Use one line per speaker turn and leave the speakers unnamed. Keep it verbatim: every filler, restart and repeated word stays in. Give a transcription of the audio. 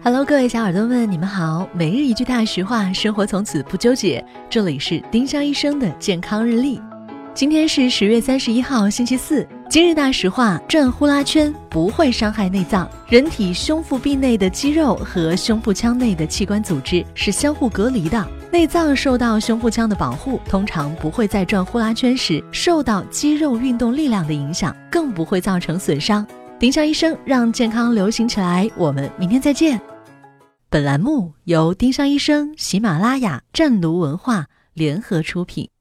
Hello， 各位小耳朵们，你们好！每日一句大实话，生活从此不纠结。这里是丁香医生的健康日历。今天是十月三十一号，星期四。今日大实话：转呼啦圈不会伤害内脏。人体胸腹壁内的肌肉和胸部腔内的器官组织是相互隔离的，内脏受到胸腹腔的保护，通常不会在转呼啦圈时受到肌肉运动力量的影响，更不会造成损伤。丁香医生让健康流行起来，我们明天再见。本栏目由丁香医生、喜马拉雅、湛卢文化联合出品。